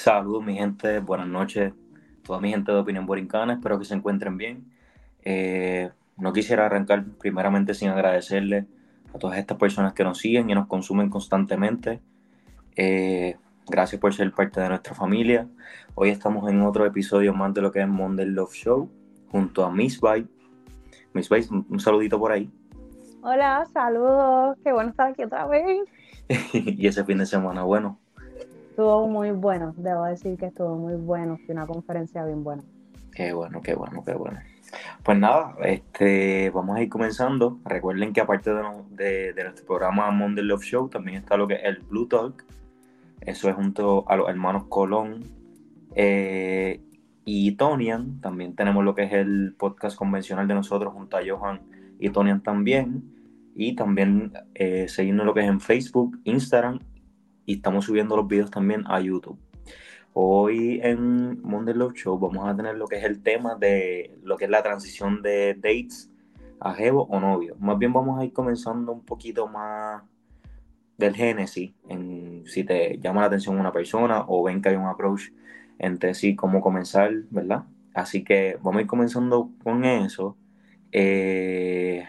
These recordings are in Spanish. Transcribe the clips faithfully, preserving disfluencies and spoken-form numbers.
Saludos mi gente, buenas noches, toda mi gente de Opinión Borincana, espero que se encuentren bien. Eh, no quisiera arrancar primeramente sin agradecerle a todas estas personas que nos siguen y nos consumen constantemente. Eh, Gracias por ser parte de nuestra familia. Hoy estamos en otro episodio más de lo que es Monday Love Show, junto a Miss Vibe. Miss Vibe, un, un saludito por ahí. Hola, saludos, qué bueno estar aquí otra vez. Y ese fin de semana, bueno, Estuvo muy bueno, debo decir que estuvo muy bueno, fue una conferencia bien buena. qué bueno, qué bueno, qué bueno. Pues nada, este, vamos a ir comenzando. Recuerden que aparte de, no- de- de nuestro programa Monday Love Show, también está lo que es el Blue Talk. Eso es junto a los hermanos Colón eh, y Tonian. También tenemos lo que es el podcast convencional de nosotros junto a Johan y Tonian también. Y también eh, seguirnos lo que es en Facebook, Instagram y estamos subiendo los videos también a YouTube. Hoy en Monday Love Show vamos a tener lo que es el tema de lo que es la transición de dates a jevo o novio. Más bien vamos a ir comenzando un poquito más del génesis, en si te llama la atención una persona o ven que hay un approach entre sí, cómo comenzar, ¿verdad? Así que vamos a ir comenzando con eso. Eh,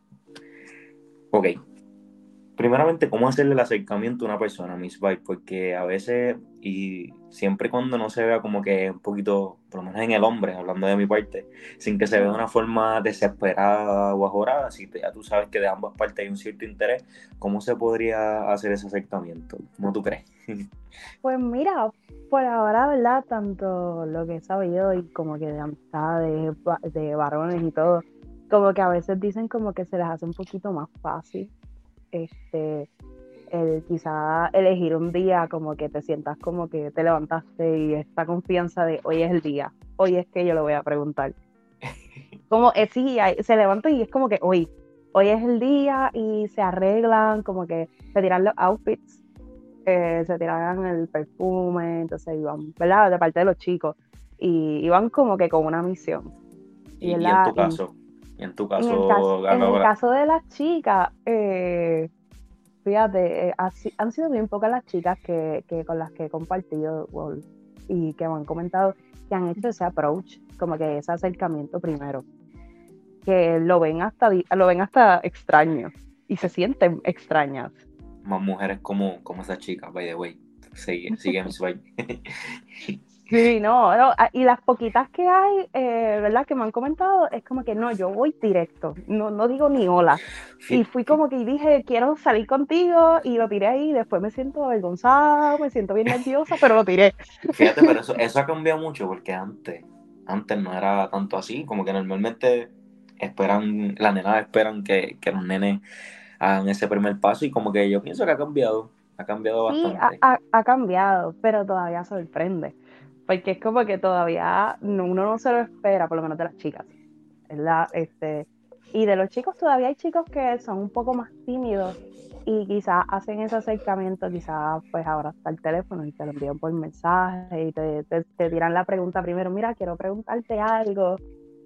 ok, primeramente, ¿cómo hacerle el acercamiento a una persona, Miss Vibe? Porque a veces, y siempre y cuando no se vea como que un poquito, por lo menos en el hombre, hablando de mi parte, sin que se vea de Ujú. una forma desesperada o ajorada, si te- ya tú sabes que de ambas partes hay un cierto interés, ¿cómo se podría hacer ese acercamiento? ¿Cómo tú crees? Pues mira, por ahora, ¿verdad? Tanto lo que he sabido y como que de amistades, va- de varones y todo, como que a veces dicen como que se les hace un poquito más fácil, este, el quizá elegir un día como que te sientas como que te levantaste y esta confianza de hoy es el día, hoy es que yo le voy a preguntar. Como eh, sí, hay- se levantan y es como que hoy, hoy es el día y se arreglan, como que se tiran los outfits, eh, se tiran el perfume, entonces iban, ¿verdad? De parte de los chicos, y iban como que con una misión. Y, Y, y en ¿verdad? tu Y caso, y en tu en el caso, caso, a en la el hora, caso de las chicas, eh, fíjate, eh, así- han sido bien pocas las chicas que, que con las que he compartido o- y que me han comentado que han hecho ese approach, como que ese acercamiento primero que lo ven hasta, di- lo ven hasta extraño y se sienten extrañas. más mujeres como, como esa chica, by the way. Sigue, sigue Miss Vibe. Sí, no, no, a- y las poquitas que hay, eh, ¿verdad? Que me han comentado, es como que no, yo voy directo, no, no digo ni hola. Y Fí- fui fí- como que dije, quiero salir contigo, y lo tiré ahí, después me siento avergonzada, me siento bien nerviosa, pero lo tiré. Fíjate, pero eso, eso ha cambiado mucho porque antes, antes no era tanto así, como que normalmente esperan, las nenas esperan que, que los nenes hagan ese primer paso y como que yo pienso que ha cambiado, ha cambiado Sí, ha, bastante. ha- ha cambiado, pero todavía sorprende, porque es como que todavía no- uno no se lo espera, por lo menos de las chicas. ¿Verdad? Este, y de los chicos todavía hay chicos que son un poco más tímidos y quizás hacen ese acercamiento, quizás pues ahora está el teléfono y te lo envían por mensaje y te, te, te tiran la pregunta primero, mira, quiero preguntarte algo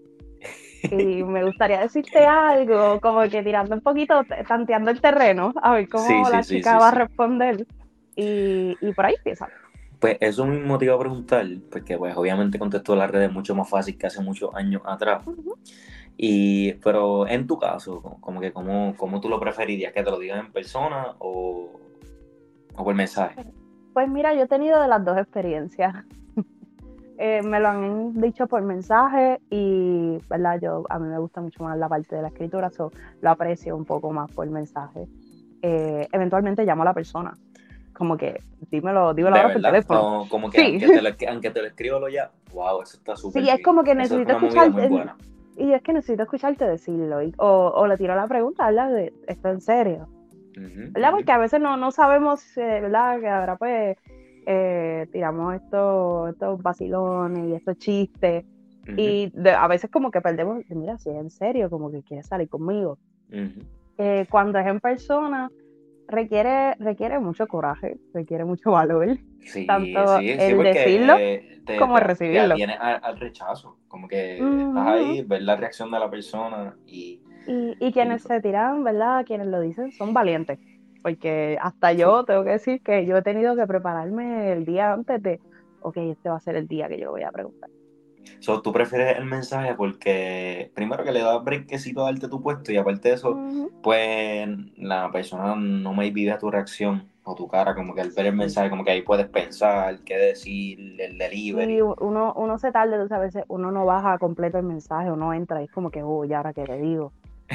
y me gustaría decirte algo, como que tirando un poquito, t- tanteando el terreno, a ver Sí, cómo sí, la sí, chica sí, va a sí. responder y, y por ahí empieza. Pues eso mismo te iba a preguntar, porque pues obviamente contestó las redes mucho más fácil que hace muchos años atrás. Ujú. Y, pero en tu caso, como que cómo, cómo tú lo preferirías, que te lo digan en persona o, o por mensaje. Pues mira, yo he tenido de las dos experiencias. Eh, me lo han dicho por mensaje y, ¿verdad? Yo, a mí me gusta mucho más la parte de la escritura, so, lo aprecio un poco más por mensaje. Eh, eventualmente llamo a la persona, como que dímelo, dímelo De ahora por verdad, teléfono. como, como que Sí, aunque te lo, aunque te lo escribo lo ya, wow, eso está súper sí, es bien. como que Eso es necesito una movida muy escucharte, buena. y es que necesito escucharte decirlo, y- o, o le tiro la pregunta, ¿verdad? De, ¿esto en serio? Ujú, ¿Verdad? ujú, Porque a veces no, no sabemos, eh, ¿verdad? Que ahora pues eh, tiramos estos, estos vacilones y estos chistes ujú, y de- a veces como que perdemos, mira, si es en serio, como que quieres salir conmigo. ujú. Eh, cuando es en persona, requiere, requiere mucho coraje, requiere mucho valor, Sí, tanto sí, sí, el decirlo porque eh, te, como te, el te recibirlo. atienes al, al rechazo, como que estás Ujú. ahí, ves la reacción de la persona y, Y, y y quienes se tiran, ¿verdad? Quienes lo dicen son valientes, porque hasta fu- yo tengo que decir que yo he tenido que prepararme el día antes de, ok, este va a ser el día que yo lo voy a preguntar. So, tú prefieres el mensaje porque, primero que le das brequecito a darte tu puesto y aparte de eso, Ujú. pues la persona no me vive tu reacción o tu cara, como que al ver el Sí. mensaje, como que ahí puedes pensar qué decir, el Sí, delivery. uno, uno se tarda, entonces a veces uno no baja completo el mensaje, uno entra y es como que, uy, ¿ahora qué te digo?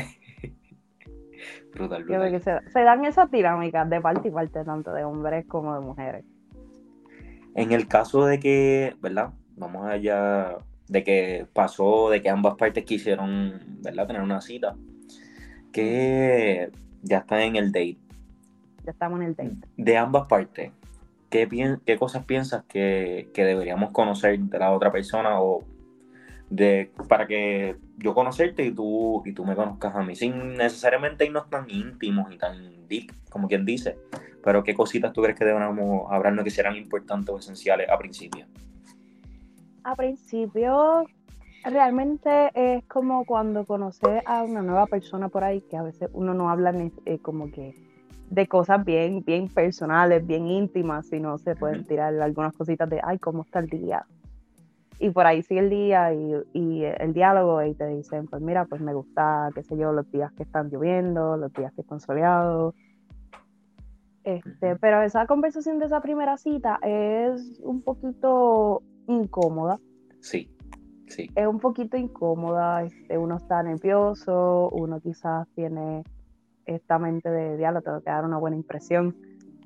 Brutal, Yo creo brutal. que se, se dan esas dinámicas de parte y parte, tanto de hombres como de mujeres. En el caso de que, ¿verdad? Vamos allá, de que pasó, de que ambas partes quisieron, ¿verdad? Tener una cita, Ujú. que ya están en el date. Ya estamos en el date. De ambas partes, ¿qué, pien- qué cosas piensas que, que deberíamos conocer de la otra persona o de para que yo conocerte y tú y tú me conozcas a mí sin necesariamente irnos tan íntimos y tan deep como quien dice, pero qué cositas tú crees que deberíamos hablarnos que serán importantes o esenciales a principio? A principio, realmente es como cuando conoces a una nueva persona por ahí, que a veces uno no habla ni- eh, como que de cosas bien, bien personales, bien íntimas, sino se pueden Ujú. tirar algunas cositas de, ay, ¿cómo está el día? Y por ahí sigue el día y, y el diálogo y te dicen, pues mira, pues me gusta, qué sé yo, los días que están lloviendo, los días que están soleados. Este, Ujú. pero esa conversación de esa primera cita es un poquito incómoda, Sí, sí. es un poquito incómoda, este, uno está nervioso, uno quizás tiene esta mente de diálogo, tengo que dar una buena impresión.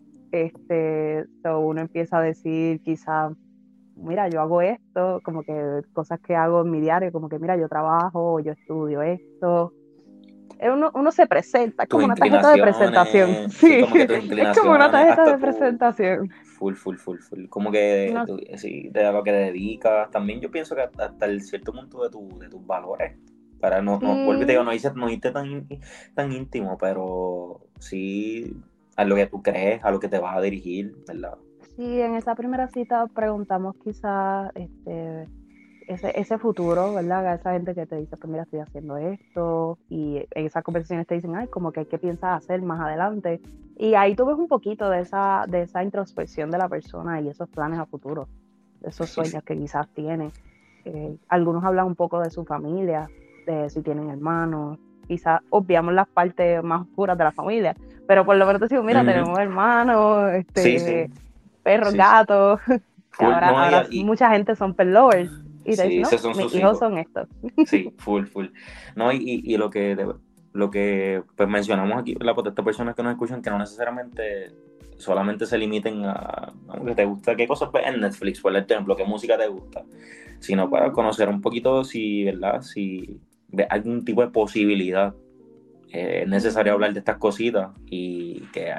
Este, so uno empieza a decir quizás, mira, yo hago esto, como que cosas que hago en mi diario, como que mira, yo trabajo, yo estudio esto. Eh, Uno, uno se presenta, es Tus como una tarjeta de presentación. inclinaciones, sí, Sí, como que tus es como una inclinaciones, tarjeta hasta de tu presentación. full, full, full, full, como que No, tú- sí, de a lo que te dedicas, también yo pienso que hasta, hasta el cierto punto de, tu, de tus valores, para no, no, vuelvo y te digo, sí, no hice, no hice tan, ín- tan íntimo, pero sí a lo que tú crees, a lo que te vas a dirigir, ¿verdad? sí, en esa primera cita preguntamos quizás este, ese, ese futuro, ¿verdad? A esa gente que te dice, pues mira, estoy haciendo esto, y en esas conversaciones te dicen, ay, como que qué piensas hacer más adelante. Y ahí tú ves un poquito de esa, de esa introspección de la persona y esos planes a futuro, de esos Sí, sí. sueños que quizás tienen. Eh, algunos hablan un poco de su familia, de si tienen hermanos, quizás obviamos las partes más oscuras de la familia, pero por lo menos te digo, mira, Ujú. tenemos hermanos, Sí, sí, este, perros, sí, sí. gatos, que Full, ahora, no, y, ahora y mucha gente son pet lovers, y te dicen, sí, no, esos son mis sus hijos hijos. son estos. Sí, full, full. No, y, y, y lo que de- lo que pues mencionamos aquí, la pues, de estas personas que nos escuchan, que no necesariamente solamente se limiten a, a que te gusta, qué cosas ves en Netflix, por ejemplo, qué música te gusta, sino para Ujú. conocer un poquito si, ¿verdad? Si ves algún tipo de posibilidad. Eh, es necesario Mm, hablar de estas cositas y que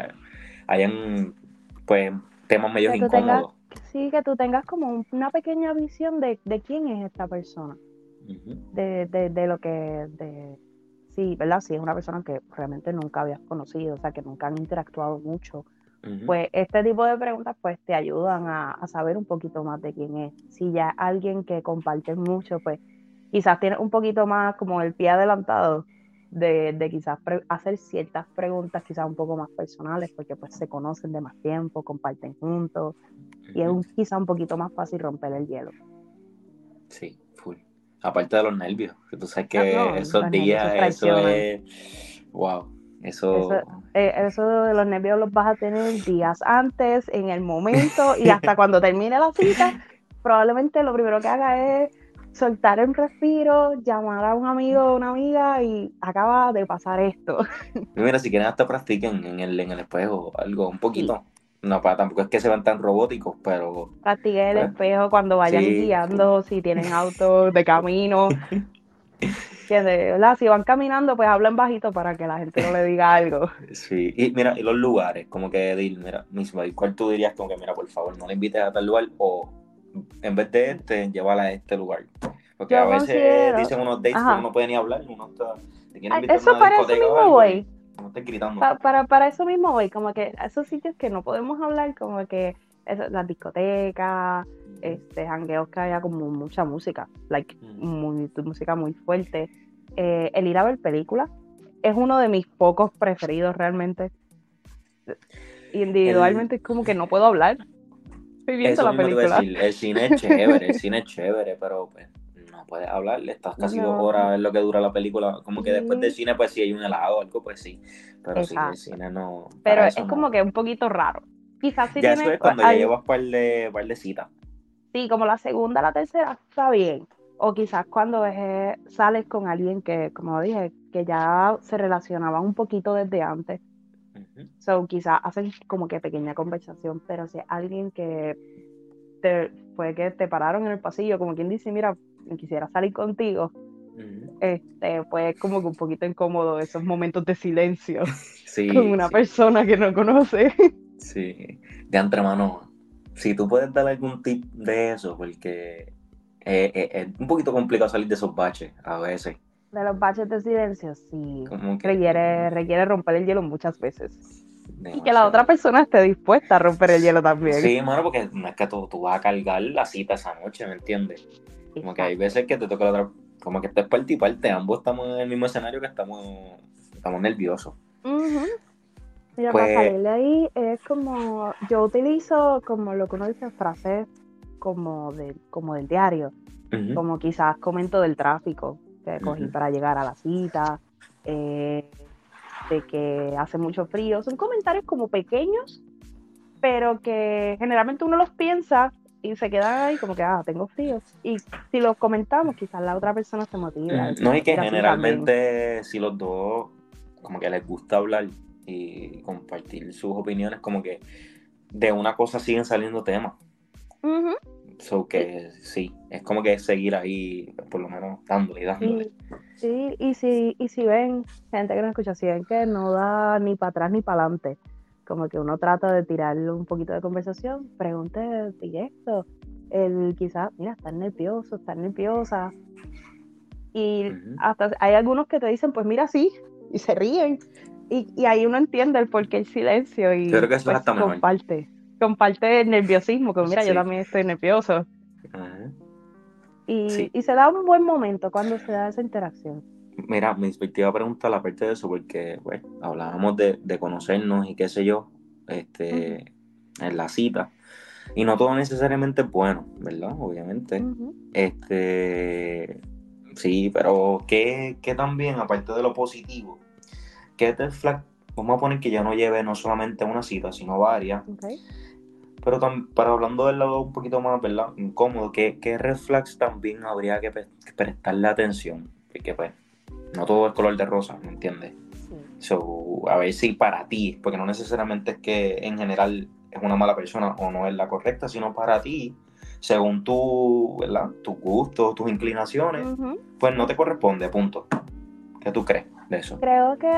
hayan, pues, temas medios que tú tengas, incómodos. sí, que tú tengas como un- una pequeña visión de, de quién es esta persona, Ujú, de, de, de lo que, de, sí, ¿verdad? Si es una persona que realmente nunca habías conocido, o sea, que nunca han interactuado mucho, ujú. pues este tipo de preguntas pues te ayudan a, a saber un poquito más de quién es. Si ya alguien que comparte mucho, pues quizás tiene un poquito más como el pie adelantado de, de quizás pre- hacer ciertas preguntas quizás un poco más personales, porque pues se conocen de más tiempo, comparten juntos, y es Ujú. un, quizás un poquito más fácil romper el hielo. Sí, full. Aparte de los nervios, que tú sabes Ah, que no, esos los nervios días, esos eso traicionan. es, wow, Eso, eso, eh, eso de los nervios los vas a tener días antes, en el momento y hasta cuando termine la cita, probablemente lo primero que haga es soltar el respiro, llamar a un amigo o una amiga y acaba de pasar esto. mira, si quieren hasta practiquen en el, en el espejo, algo, un Sí, poquito. No, para, tampoco es que se van tan robóticos, pero, practiquen el pues, espejo cuando vayan sí, full. guiando, si tienen autos de camino, ¿entiendes? ¿Verdad? Si van caminando, pues hablen bajito para que la gente no le diga algo. Sí, y mira, y los lugares, como que decir, mira, mismo, ¿cuál tú dirías como que, mira, por favor, no le invites a tal lugar o en vez de este, llévala a este lugar? Porque a Yo veces considero, dicen unos dates que uno ajá, no puede ni hablar, uno está, te quiere a- invitar a eso una para eso discoteca o mismo algo y voy. uno está gritando. Pa- para, para eso mismo voy, como que a esos sitios que no podemos hablar, como que eso, las discotecas, este, jangueos que haya como mucha música, like, Mm. muy, tu- música muy fuerte. Eh, el ir a ver películas es uno de mis pocos preferidos realmente. El, Individualmente es como que no puedo hablar. estoy viendo Eso la mismo te iba a película. decir, el cine es chévere, el cine es chévere, pero pues no puedes hablarle, estás casi dos No, horas, es lo que dura la película, como que después del sí, cine pues si hay un helado o algo, pues sí, pero sí, el exacto. cine no, Pero para es eso como no. que un poquito raro. Quizás si Ya eso tienes, es cuando ya al, llevas par de, par de citas. sí, como la segunda, la tercera, está bien. O quizás cuando eh, sales con alguien que, como dije, que ya se relacionaba un poquito desde antes. Ujú. So, quizás hacen como que pequeña conversación, pero si es alguien que te, fue que te pararon en el pasillo, como quien dice, mira, quisiera salir contigo, Ujú. este, pues como que un poquito incómodo esos momentos de silencio con Sí, una sí, persona que no conoce. sí. De antemano, si tú puedes dar algún tip de eso, porque eh, eh, es un poquito complicado salir de esos baches a veces. De los baches de silencio, sí, Como que requiere, requiere romper el hielo muchas veces. Y que la otra demasiado. persona esté dispuesta a romper el hielo también. Sí, mano, porque no es que tú, tú vas a cargar la cita esa noche, ¿me entiendes? Como que hay Exacto. veces que te toca la otra, como que esto es parte y parte, ambos estamos en el mismo escenario que estamos, estamos nerviosos. Ujú. Mira, para Pues, salir de ahí es como, yo utilizo como lo que uno dice, frases como, de, como del diario, ujú, como quizás comento del tráfico que cogí ujú, para llegar a la cita, eh, de que hace mucho frío. Son comentarios como pequeños, pero que generalmente uno los piensa y se quedan ahí como que, ah, tengo frío. Y si los comentamos, quizás la otra persona se motive a ujú. decir, No, y pues que mira, sí, también. generalmente si los dos como que les gusta hablar y compartir sus opiniones, como que de una cosa siguen saliendo temas. Ujú, So sí, que sí, es como que seguir ahí, por lo menos dándole y dándole. y, sí, y si, y si ven, gente que no escucha, si ven que no da ni para atrás ni para adelante, como que uno trata de tirarle un poquito de conversación, pregunte directo, el quizás, mira, estás nervioso, estás nerviosa, y Ujú. hasta hay algunos que te dicen, pues mira, sí, y se ríen, y, y ahí uno entiende el porqué el silencio Yo creo y que eso es pues hasta mejor. comparte, comparte el nerviosismo, que mira, yo Sí. también estoy nervioso, Ajá. y, Sí. y se da un buen momento cuando se da esa interacción. Mira, me te iba a preguntar la parte de eso porque, pues, hablábamos de, de conocernos y qué sé yo, Ujú, este, en la cita. Y no todo necesariamente es bueno, ¿verdad? Obviamente. ujú. Este, sí, pero ¿qué, qué también, aparte de lo positivo, qué te flag, vamos a poner que ya no lleve no solamente una cita, sino varias, Okay. pero tam- para hablando del lado un poquito más, ¿verdad? Incómodo, ¿qué, qué red flags también habría que pre- prestarle atención? Porque, pues, no todo es color de rosa, ¿me entiendes? Sí. So, a ver si para ti, porque no necesariamente es que en general es una mala persona o no es la correcta, sino para ti, según tu, ¿verdad? Tus gustos, tus inclinaciones, Ujú. pues no te corresponde, punto. ¿Qué tú crees de eso? Creo que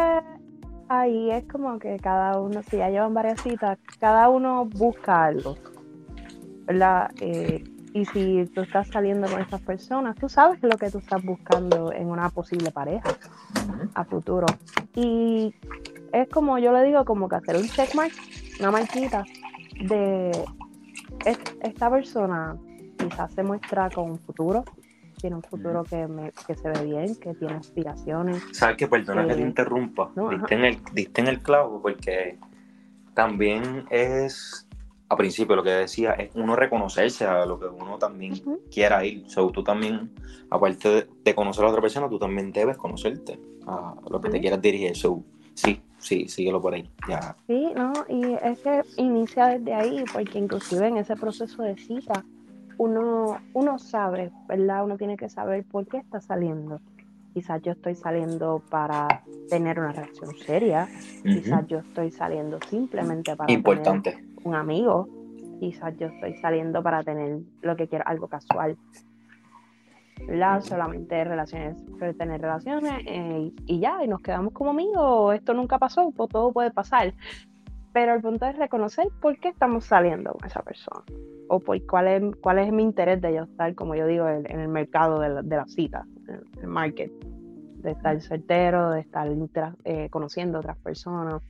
ahí es como que cada uno, si ya llevan varias citas, cada uno busca algo, ¿verdad? Eh, y si tú estás saliendo con estas personas, tú sabes lo que tú estás buscando en una posible pareja Ujú. a futuro. Y es como yo le digo, como que hacer un checkmark, una marquita de es- esta persona quizás se muestra con un futuro, tiene un futuro Ujú. que, me, que se ve bien, que tiene aspiraciones. Sabes que, perdona que te Eh, interrumpa, no, ajá. diste en el, diste en el clavo, porque también es, a principio lo que decía, es uno reconocerse a lo que uno también Ujú, quiera ir. So, tú también, aparte de, de conocer a la otra persona, tú también debes conocerte a lo que te sí, quieras dirigir. So, sí, sí, síguelo por ahí. Ya. sí, no, y es que inicia desde ahí, porque inclusive en ese proceso de cita, uno, uno sabe, ¿verdad? Uno tiene que saber por qué está saliendo. Quizás yo estoy saliendo para tener una relación seria, Ujú. quizás yo estoy saliendo simplemente para tener Importante. un amigo, quizás yo estoy saliendo para tener lo que quiero, algo casual, ¿verdad? Ujú. Solamente relaciones, pero tener relaciones eh, y, y ya, y nos quedamos como amigos, o esto nunca pasó, pues todo puede pasar. Pero el punto es reconocer por qué estamos saliendo con esa persona, o por cuál es, cuál es mi interés de yo estar, como yo digo, en, en el mercado de la, de la cita, en el market, de estar soltero, de estar intera- eh, conociendo otras personas.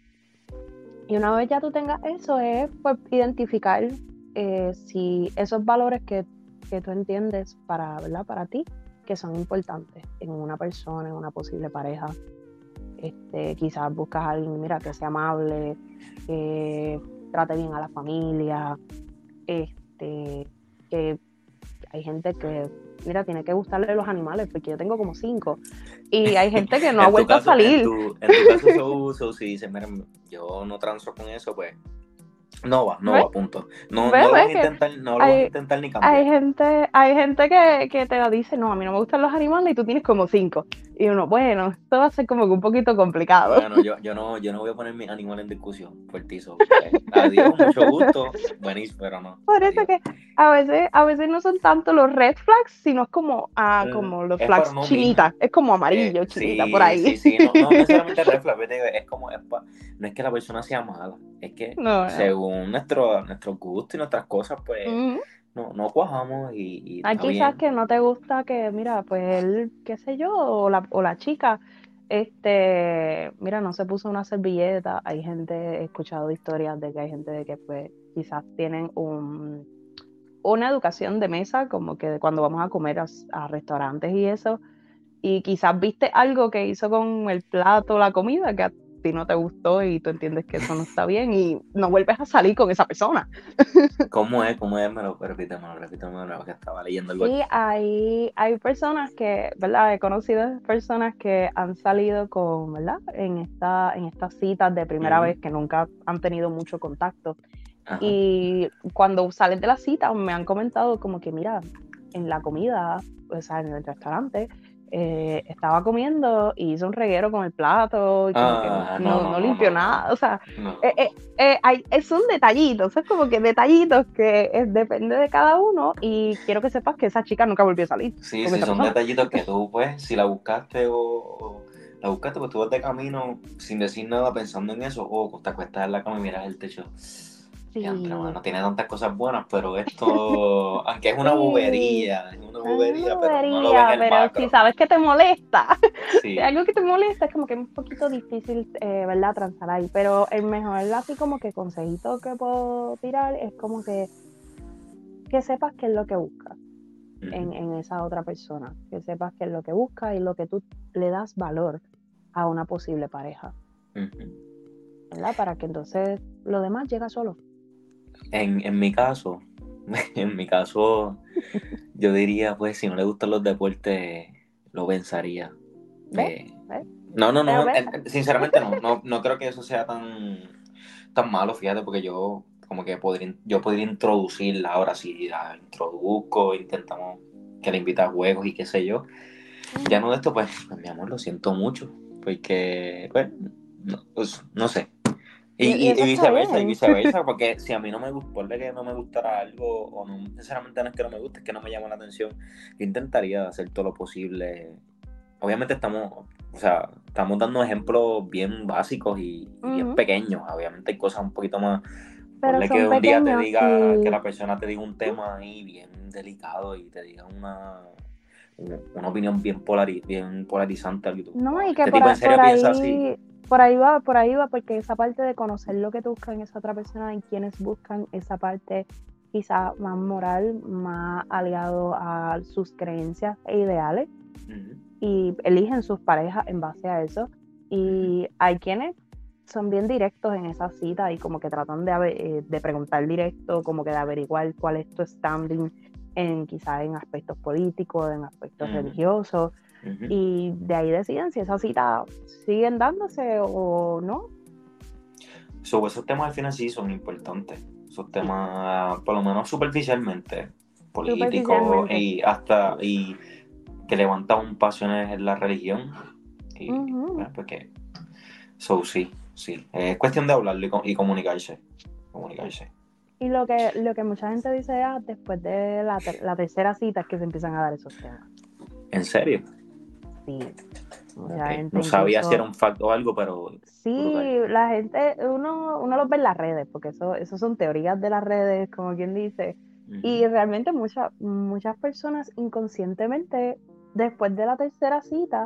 Y una vez ya tú tengas eso, es pues identificar eh, si esos valores que, que tú entiendes para, ¿verdad? Para ti, que son importantes en una persona, en una posible pareja. Este, quizás buscas a alguien, mira, que sea amable, que trate bien a la familia, este, este, que hay gente que, mira, tiene que gustarle los animales, porque yo tengo como cinco, y hay gente que no ha En tu vuelto caso, a en salir. tu, en tu caso, so, so, si dices, mira, yo no transo con eso, pues no va, no ¿Ves? va, punto. No, ¿Ves? no lo vas ¿Ves a que intentar, no lo vas a hay, intentar ni hay cambiar. gente, hay gente que, que te dice, no, a mí no me gustan los animales y tú tienes como cinco? Y uno, bueno, esto va a ser como que un poquito complicado. Bueno, yo, yo no, yo no voy a poner mis animales en discusión por ti, so, pues, adiós, mucho gusto, buenísimo, pero no, Por eso adiós. que a veces, a veces no son tanto los red flags, sino es como, ah, Mm, como los es para flags uno chinitas, mismo. es como Eh, amarillo, chinita, por sí, ahí. sí, sí, no, no necesariamente red flag, vete, es como, es pa- no es que la persona sea mala, es que No, no. según nuestro, nuestros gustos y nuestras cosas, pues, Ujú. no, no cuajamos y, y Hay está quizás bien. que no te gusta que, mira, pues él, qué sé yo, o la, o la chica, este, mira, no se puso una servilleta. Hay gente, he escuchado historias de que hay gente de que pues quizás tienen un, una educación de mesa, como que cuando vamos a comer a, a restaurantes y eso, y quizás viste algo que hizo con el plato, la comida, que a ti no te gustó y tú entiendes que eso no está bien y no vuelves a salir con esa persona. ¿Cómo es? ¿Cómo es? Me lo repítemelo, repítemelo, que estaba leyendo algo Sí, aquí. hay, hay personas que, ¿verdad? He conocido personas que han salido con, ¿verdad? En esta, en estas citas de primera Ujú. vez que nunca han tenido mucho contacto. Ajá. Y cuando salen de la cita me han comentado como que, mira, en la comida, o sea, en el restaurante, eh, estaba comiendo y hizo un reguero con el plato y como que Ah, no, no, no, no no, limpió no, no. nada. O sea, eh, No. eh, eh, hay, eh, son detallitos, es como que detallitos que eh, depende de cada uno y quiero que sepas que esa chica nunca volvió a salir Sí, con sí, esa son persona. detallitos que tú, pues, si la buscaste o, o la buscaste, pues tú vas de camino sin decir nada pensando en eso, o te acuestas en la cama y miras el techo. Ya, Andrea, Sí, no tiene tantas cosas buenas, pero esto, aunque es una sí, bobería, es una es una bobería, pero no lo ves en bobería, el pero si macro. sabes que te molesta, si hay Sí. algo que te molesta, es como que es un poquito difícil, eh, ¿verdad? Transar ahí, pero el mejor, así como que consejito que puedo tirar es como que, que sepas qué es lo que buscas Ujú, en, en esa otra persona, que sepas qué es lo que buscas y lo que tú le das valor a una posible pareja, ujú. ¿verdad? Para que entonces lo demás llega solo. En, en mi caso, en mi caso, yo diría, pues, si no le gustan los deportes, lo pensaría. ¿Ves? Eh, ¿Ves? no, no, Pero no, ves, eh, eh, sinceramente no, no, no creo que eso sea tan, tan malo, fíjate, porque yo como que podría, yo podría introducirla ahora, si la introduzco, intentamos que la invite a juegos y qué sé yo. Ya no de esto, pues, pues, mi amor, lo siento mucho, porque, pues, no, pues, no sé. Y, y, y y, y eso está viceversa, y bien. viceversa, porque si a mí no me gusta, por que no me gustara algo, o no necesariamente no es que no me guste, es que no me llama la atención, yo intentaría hacer todo lo posible. Obviamente estamos, o sea, estamos dando ejemplos bien básicos y, y bien Ujú. pequeños. Obviamente hay cosas un poquito más. Pero Ponle que son un día te pequeños diga, que y la persona te diga un tema ahí bien delicado y te diga una, una opinión bien, polari- bien polarizante. Algo y tú, no, wow, y que este por, tipo en a- por serio piensa así. ahí, por ahí va, por ahí va, porque esa parte de conocer lo que tú buscas en esa otra persona y quienes buscan esa parte quizá más moral, más aliado a sus creencias e ideales Ujú, y eligen sus parejas en base a eso. ujú, Y hay quienes son bien directos en esa cita y como que tratan de, ave- eh, de preguntar directo, como que de averiguar cuál es tu standing en quizás en aspectos políticos, en aspectos ujú, religiosos ujú. y de ahí deciden si esa cita siguen dándose o no. So, esos temas al final sí son importantes. Esos Sí, temas, por lo menos superficialmente, políticos superficialmente. y hasta y que levantan pasiones en la religión. Y Ujú. bueno, pues que, so sí, sí. Es cuestión de hablarlo y, co- y comunicarse. Sí. Comunicarse. Y lo que, lo que mucha gente dice ah, después de la, ter- la tercera cita es que se empiezan a dar esos temas. ¿En serio? Sí, Ok. mucha gente No sabía si era incluso, un fact o algo, pero brutal. sí, la gente, uno, uno los ve en las redes, porque eso, eso son teorías de las redes, como quien dice, Ujú, y realmente muchas muchas personas inconscientemente, después de la tercera cita,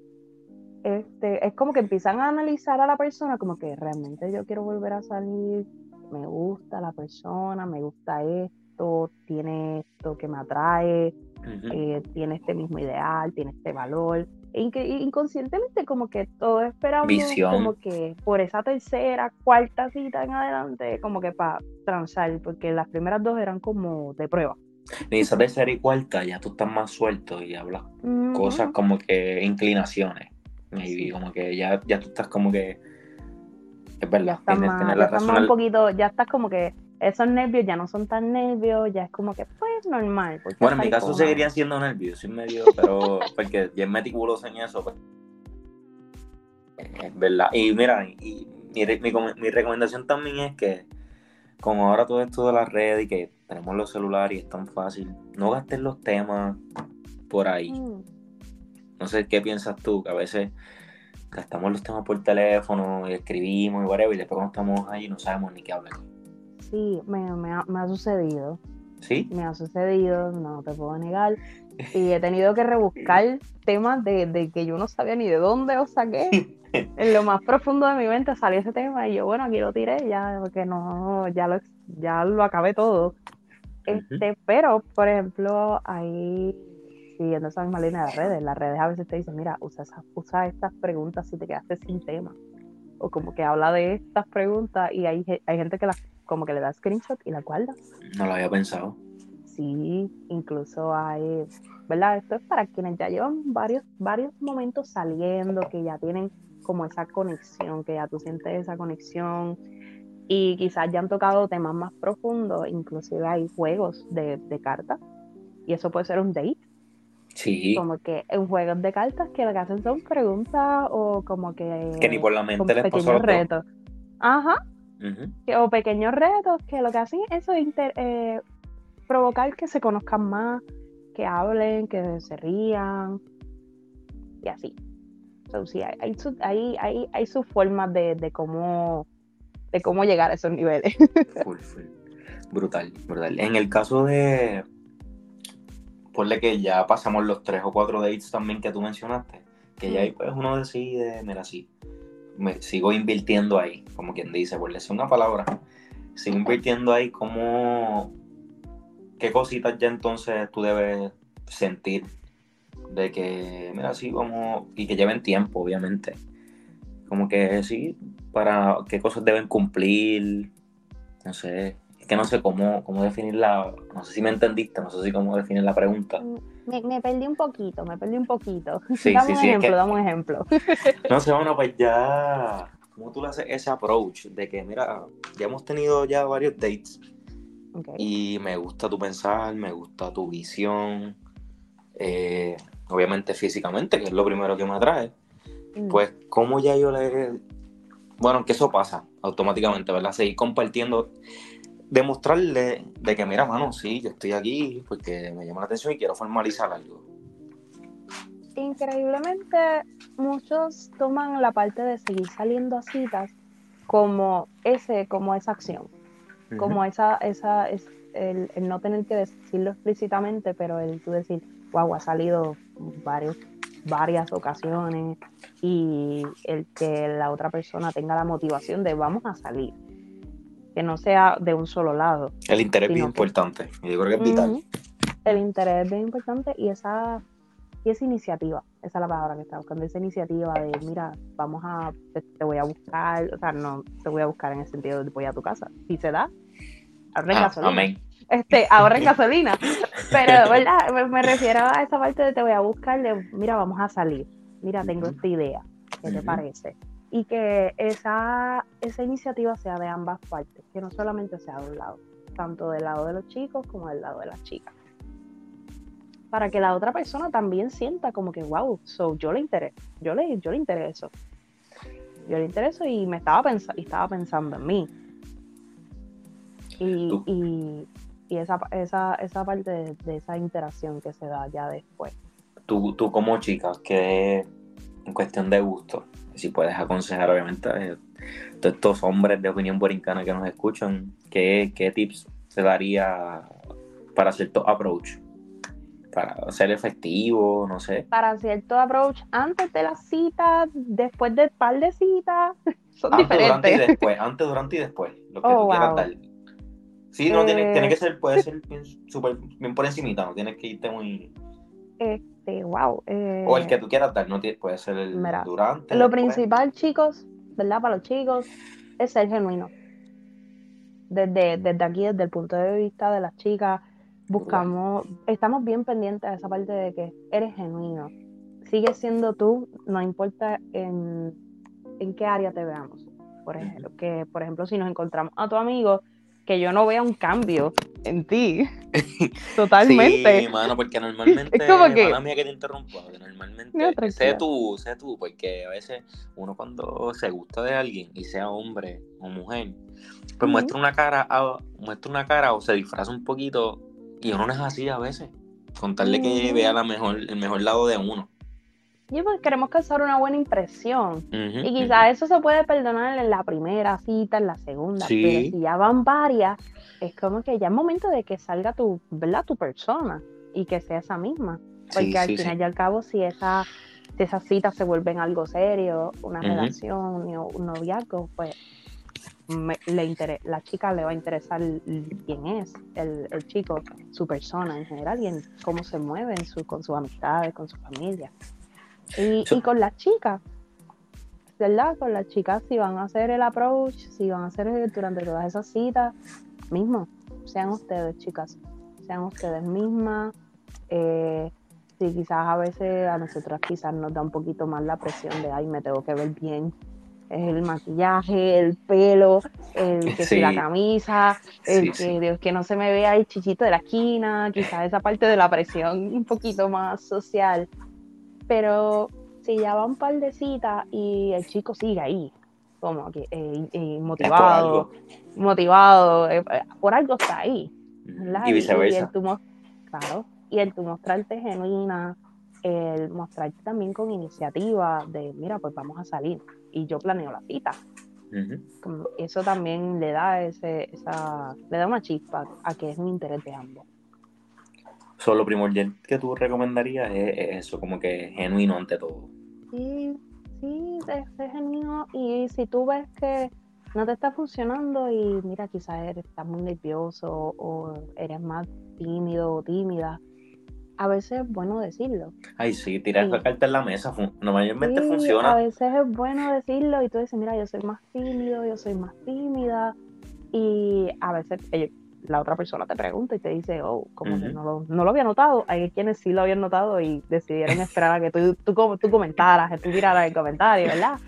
este, es como que empiezan a analizar a la persona como que realmente yo quiero volver a salir, me gusta la persona, me gusta esto, tiene esto que me atrae, ujú. eh, tiene este mismo ideal, tiene este valor. Inc- inconscientemente como que todos esperamos Visión. como que por esa tercera, cuarta cita en adelante, como que para transar, porque las primeras dos eran como de prueba. Y esa tercera y cuarta ya tú estás más suelto y hablas Ujú. cosas como que inclinaciones. Maybe, Sí. como que ya, ya tú estás como que. Es Ya verdad, estás tienes, más, tienes ya la estás razón. más un al- poquito, ya estás como que esos nervios ya no son tan nervios, ya es como que pues normal, porque Bueno, en mi salir caso con una seguirían vez. siendo nervios, soy medio, pero porque ya es meticuloso en eso, pues, es verdad. Y mira, y, mi, re- mi, com- mi recomendación también es que, como ahora todo esto de las redes y que tenemos los celulares y es tan fácil, no gastes los temas por ahí. Mm, No sé qué piensas tú, que a veces gastamos los temas por teléfono y escribimos y whatever, y después cuando estamos ahí no sabemos ni qué hablar. sí, me, me ha, me ha sucedido, ¿Sí? me ha sucedido, no te puedo negar. Y he tenido que rebuscar temas de, de que yo no sabía ni de dónde los saqué. En lo más profundo de mi mente salió ese tema y yo, bueno, aquí lo tiré ya, porque no, ya lo, ya lo acabé todo. Este, pero, por ejemplo, ahí, siguiendo esa misma línea de redes, las redes a veces te dicen, mira, usa, esas, usa estas preguntas si te quedaste sin tema. O como que habla de estas preguntas y hay, ge- hay gente que las, como que le da screenshot y la guarda. No lo había pensado. Sí, incluso hay, ¿verdad? Esto es para quienes ya llevan varios, varios momentos saliendo, que ya tienen como esa conexión, que ya tú sientes esa conexión y quizás ya han tocado temas más profundos, inclusive hay juegos de, de cartas y eso puede ser un date, Sí, como que en juegos de cartas que lo que hacen son preguntas o como que ni que por la con mente les pasó a pequeños los dos. retos. Ajá, Ujú. que- o pequeños retos que lo que hacen es eso, inter- eh, provocar que se conozcan más, que hablen, que se rían y así. So, sí, hay, hay, su- hay, hay, hay sus formas de, de cómo de cómo llegar a esos niveles. Full, full. Brutal, brutal. En el caso de, ponle que ya pasamos los tres o cuatro dates también que tú mencionaste, que ya ahí pues uno decide, mira, sí, me sigo invirtiendo ahí, como quien dice, por decir una palabra, sigo invirtiendo ahí como, qué cositas ya entonces tú debes sentir de que, mira, sí, vamos, y que lleven tiempo, obviamente, como que sí, para qué cosas deben cumplir, no sé, es que no sé cómo, cómo definir la, no sé si me entendiste, no sé si cómo definir la pregunta. Me, me perdí un poquito, me perdí un poquito. Sí, Dame sí, un sí, es ejemplo, que, dame un ejemplo. no sé, bueno, pues ya, ¿cómo tú le haces ese approach? De que, mira, ya hemos tenido ya varios dates Okay. y me gusta tu pensar, me gusta tu visión, eh, obviamente físicamente, que es lo primero que me atrae, Mm. pues, ¿cómo ya yo le... Bueno, que eso pasa automáticamente, ¿verdad? Seguir compartiendo, demostrarle de que, mira, mano, sí, yo estoy aquí porque me llama la atención y quiero formalizar algo. Increíblemente, muchos toman la parte de seguir saliendo a citas como ese, como esa acción, como esa, esa, es el, el no tener que decirlo explícitamente, pero el tú decir, wow, ha salido varios, varias ocasiones y el que la otra persona tenga la motivación de vamos a salir, que no sea de un solo lado, El interés es bien sino que importante y yo creo que es vital. uh-huh, el interés es bien importante y esa, y esa iniciativa, esa es la palabra que está buscando, esa iniciativa de, mira, vamos a, te, te voy a buscar, o sea, no te voy a buscar en el sentido de voy a tu casa, si se da, ahorren Ah, gasolina, amén. este, ahorren gasolina, pero, ¿verdad? Me, me refiero a esa parte de te voy a buscar, de, mira, vamos a salir, mira, tengo Uh-huh. esta idea, ¿qué te Uh-huh. parece? Y que esa, esa iniciativa sea de ambas partes, que no solamente sea de un lado, tanto del lado de los chicos como del lado de las chicas. Para que la otra persona también sienta como que, wow, so, yo le intereso, yo le, yo le intereso, yo le intereso y me estaba, pens- y estaba pensando en mí. Y, y, y esa, esa, esa parte de, de esa interacción que se da ya después. Tú, tú como chica, que en cuestión de gusto, si puedes aconsejar obviamente a todos estos hombres de opinión borincana que nos escuchan, ¿qué, qué tips se daría para cierto approach? Para ser efectivo, no sé. Para cierto approach, antes de la cita, después del par de citas, son Antes, durante y diferentes. después, antes, durante y después, lo que Oh, tú quieras wow. dar. Sí, no tiene, tiene Eh, que ser, puede ser bien, super, bien por encimita, no tienes que irte muy... Este, wow. Eh, O el que tú quieras dar, no tiene- puede ser el mira, durante, lo después. principal, chicos, ¿verdad? Para los chicos, es ser genuino. Desde, desde aquí, desde el punto de vista de las chicas, Brutal. buscamos, estamos bien pendientes de esa parte de que eres genuino. Sigues siendo tú, no importa en, en qué área te veamos. Por ejemplo, Ujú. que, por ejemplo, si nos encontramos a tu amigo, que yo no vea un cambio en ti, Sí, totalmente. mano, porque Es como normalmente, que, mala mía que te interrumpa, porque no, normalmente, sé tranquila. tú, sé tú, porque a veces uno cuando se gusta de alguien, y sea hombre o mujer, pues Ujú. muestra una cara, a- muestra una cara o se disfraza un poquito, y uno no es así a veces, contarle que vea Ujú. la mejor, el mejor lado de uno. Y pues queremos causar una buena impresión. Ujú, Y ujú. quizás eso se puede perdonar en la primera cita, en la segunda, pero Sí, si ya van varias, es como que ya es momento de que salga tu, ¿verdad? Tu persona y que sea esa misma. sí, Porque al sí, final sí. y al cabo, si, esa, si esas citas se vuelven algo serio, una Ujú. relación o un noviazgo, pues me- le inter- la chica le va a interesar l- quién es el, el chico, su persona en general y en cómo se mueve en su, con sus amistades, con su familia. Y, So- y con las chicas, ¿verdad? Con las chicas, si van a hacer el approach, si van a hacer el- durante todas esas citas, mismo, sean ustedes, chicas, sean ustedes mismas. Eh, si quizás a veces a nosotras quizás nos da un poquito más la presión de, ay, me tengo que ver bien, el maquillaje, el pelo, el que si la sí, camisa, el sí, que, sí. Dios, que no se me vea el chichito de la esquina, quizás esa parte de la presión un poquito más social. Pero si ya va un par de citas y el chico sigue ahí, como que eh, eh, Es por motivado, algo. motivado, eh, eh, por algo está ahí, Ujú. ¿verdad? Y Y, y el viceversa. tú, mos- claro, y el tú mostrarte genuina, el mostrarte también con iniciativa de, mira, pues vamos a salir y yo planeo la cita. Ujú. Como eso también le da ese, esa, le da una chispa a que es un interés de ambos. So, lo primordial que tú recomendarías es, es eso, como que genuino ante todo. Sí, sí, es, es genuino. Y si tú ves que no te está funcionando y mira, quizás eres, estás muy nervioso o eres más tímido o tímida, a veces es bueno decirlo. Ay, sí, tirar la Y carta en la mesa, fun- normalmente sí, a funciona. veces es bueno decirlo y tú dices, mira, yo soy más tímido, yo soy más tímida. Y a veces ellos- la otra persona te pregunta y te dice, oh, como que Ujú. no lo, no lo había notado. Hay quienes sí lo habían notado y decidieron esperar a que tú, tú, com- tú comentaras, que tú tiraras el comentario, ¿verdad?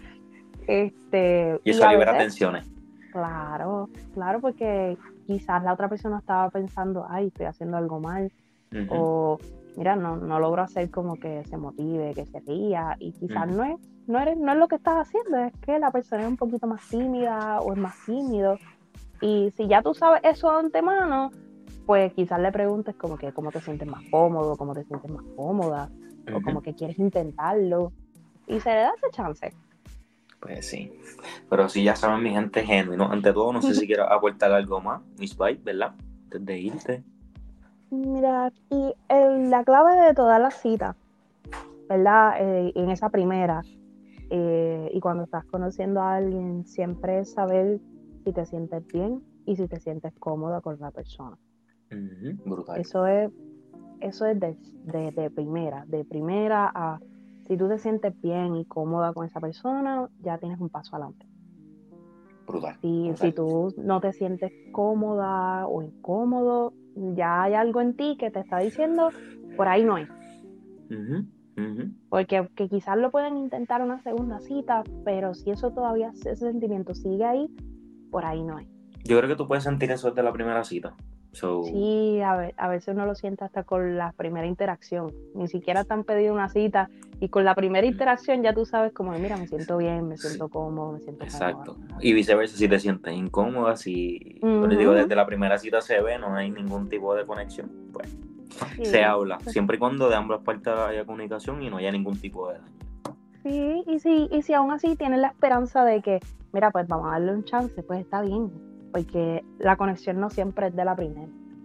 Este, Y y eso a libera veces, tensiones. claro, claro, porque quizás la otra persona estaba pensando, ay, estoy haciendo algo mal, Ujú, o mira, no, no logro hacer como que se motive, que se ría, y quizás ujú. no es, no eres, no es lo que estás haciendo, es que la persona es un poquito más tímida o es más tímido, y si ya tú sabes eso de antemano, pues quizás le preguntes como que cómo te sientes más cómodo, cómo te sientes más cómoda, o Ujú. como que quieres intentarlo, y se le da ese chance. Pues sí. Pero sí, ya saben, mi gente, genuino. Ante todo, no sé si quiero aportar algo más, Miss Bite, ¿verdad? Antes de irte. Mira, y el- la clave de todas las citas, ¿verdad? Eh, en esa primera, eh, y cuando estás conociendo a alguien, siempre es saber si te sientes bien y si te sientes cómoda con la persona. Ujú. Brutal. Eso es, eso es de, de, de primera, de primera a si tú te sientes bien y cómoda con esa persona, ya tienes un paso adelante. Brutal. Si, si Brutal. tú no te sientes cómoda o incómodo, ya hay algo en ti que te está diciendo, por ahí no es. Ujú, ujú. Porque que quizás lo pueden intentar una segunda cita, pero si eso todavía, ese sentimiento sigue ahí, por ahí no es. Yo creo que tú puedes sentir eso desde la primera cita. So, Sí, a, ve- a veces uno lo siente hasta con la primera interacción. Ni siquiera te han pedido una cita y con la primera interacción ya tú sabes como, mira, me siento bien, me sí, siento cómodo, me siento cómoda. exacto. Y viceversa, si te sientes incómoda, si, yo les digo, Ujú. desde la primera cita se ve, no hay ningún tipo de conexión, pues se Sí, habla, siempre y cuando de ambas partes haya comunicación y no haya ningún tipo de daño. sí, y si, y si aún así tienes la esperanza de que, mira, pues vamos a darle un chance, pues está bien, porque la conexión no siempre es de la primera.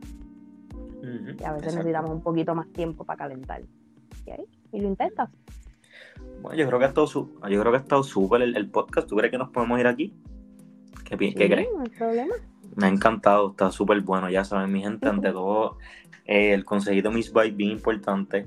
Ujú, Y a veces exacto. necesitamos un poquito más tiempo para calentar. Y ahí, y lo intentas. Bueno, yo creo que ha estado, su- yo creo que ha estado súper el, el podcast. ¿Tú crees que nos podemos ir aquí? ¿Qué, pi- qué Sí, crees? no hay problema. Me ha encantado, está súper bueno. Ya saben, mi gente, ante todo, eh, el consejito Miss Bite bien importante.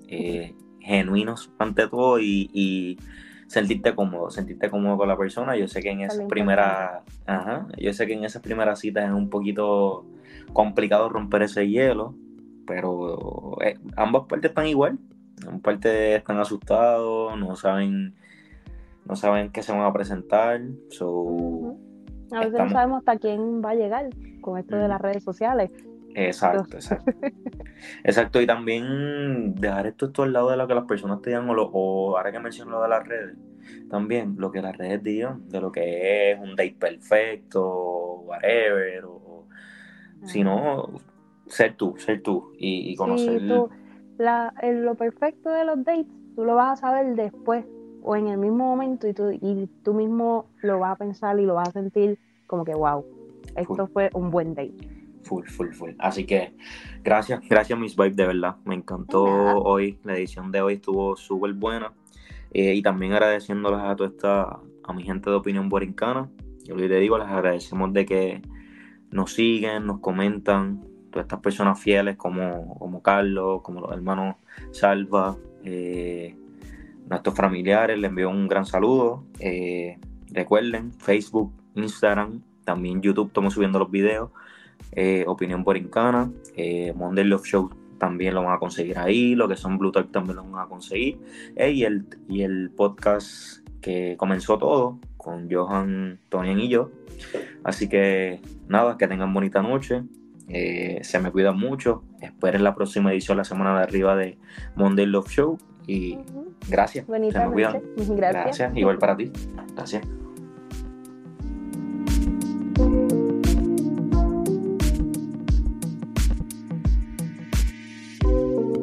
eh, genuinos ante todo y, y sentirte cómodo, sentirte cómodo con la persona. Yo sé que en esas primeras, ajá, yo sé que en esas primeras citas es un poquito complicado romper ese hielo, pero eh, ambas partes están igual, ambas partes están asustados, no saben, no saben qué se van a presentar, so, Uh-huh. A veces estamos... no sabemos hasta quién va a llegar con esto de las redes sociales. Exacto, exacto. Exacto, y también dejar esto, esto al lado de lo que las personas te digan, o, lo, o ahora que menciono lo de las redes, también lo que las redes digan, de lo que es un date perfecto, whatever, o, sino ser tú, ser tú, y, y conocer. Sí, tú, la, el- lo perfecto de los dates, tú lo vas a saber después o en el mismo momento y tú, y tú mismo lo vas a pensar y lo vas a sentir como que, wow, esto Full, fue un buen date. full, full, full. Así que gracias, gracias Miss Vibe, de verdad. Me encantó Nada. hoy, la edición de hoy estuvo súper buena. Eh, y también agradeciéndoles a toda esta, a mi gente de Opinión Borincana. Yo les digo, les agradecemos de que nos siguen, nos comentan, todas estas personas fieles como, como Carlos, como los hermanos Salva, eh, nuestros familiares, les envío un gran saludo. Eh, recuerden, Facebook, Instagram, también YouTube, estamos subiendo los videos. Eh, Opinión Borincana, eh, Monday Love Show también lo van a conseguir ahí, lo que son Blue Talk también lo van a conseguir, eh, y, el, y el podcast que comenzó todo con Johan, Tony y yo. Así que nada, que tengan bonita noche, eh, se me cuidan mucho, esperen la próxima edición la semana de arriba de Monday Love Show y Uh-huh. gracias, Bonita se me noche. cuidan. Gracias. Gracias, igual para ti, gracias.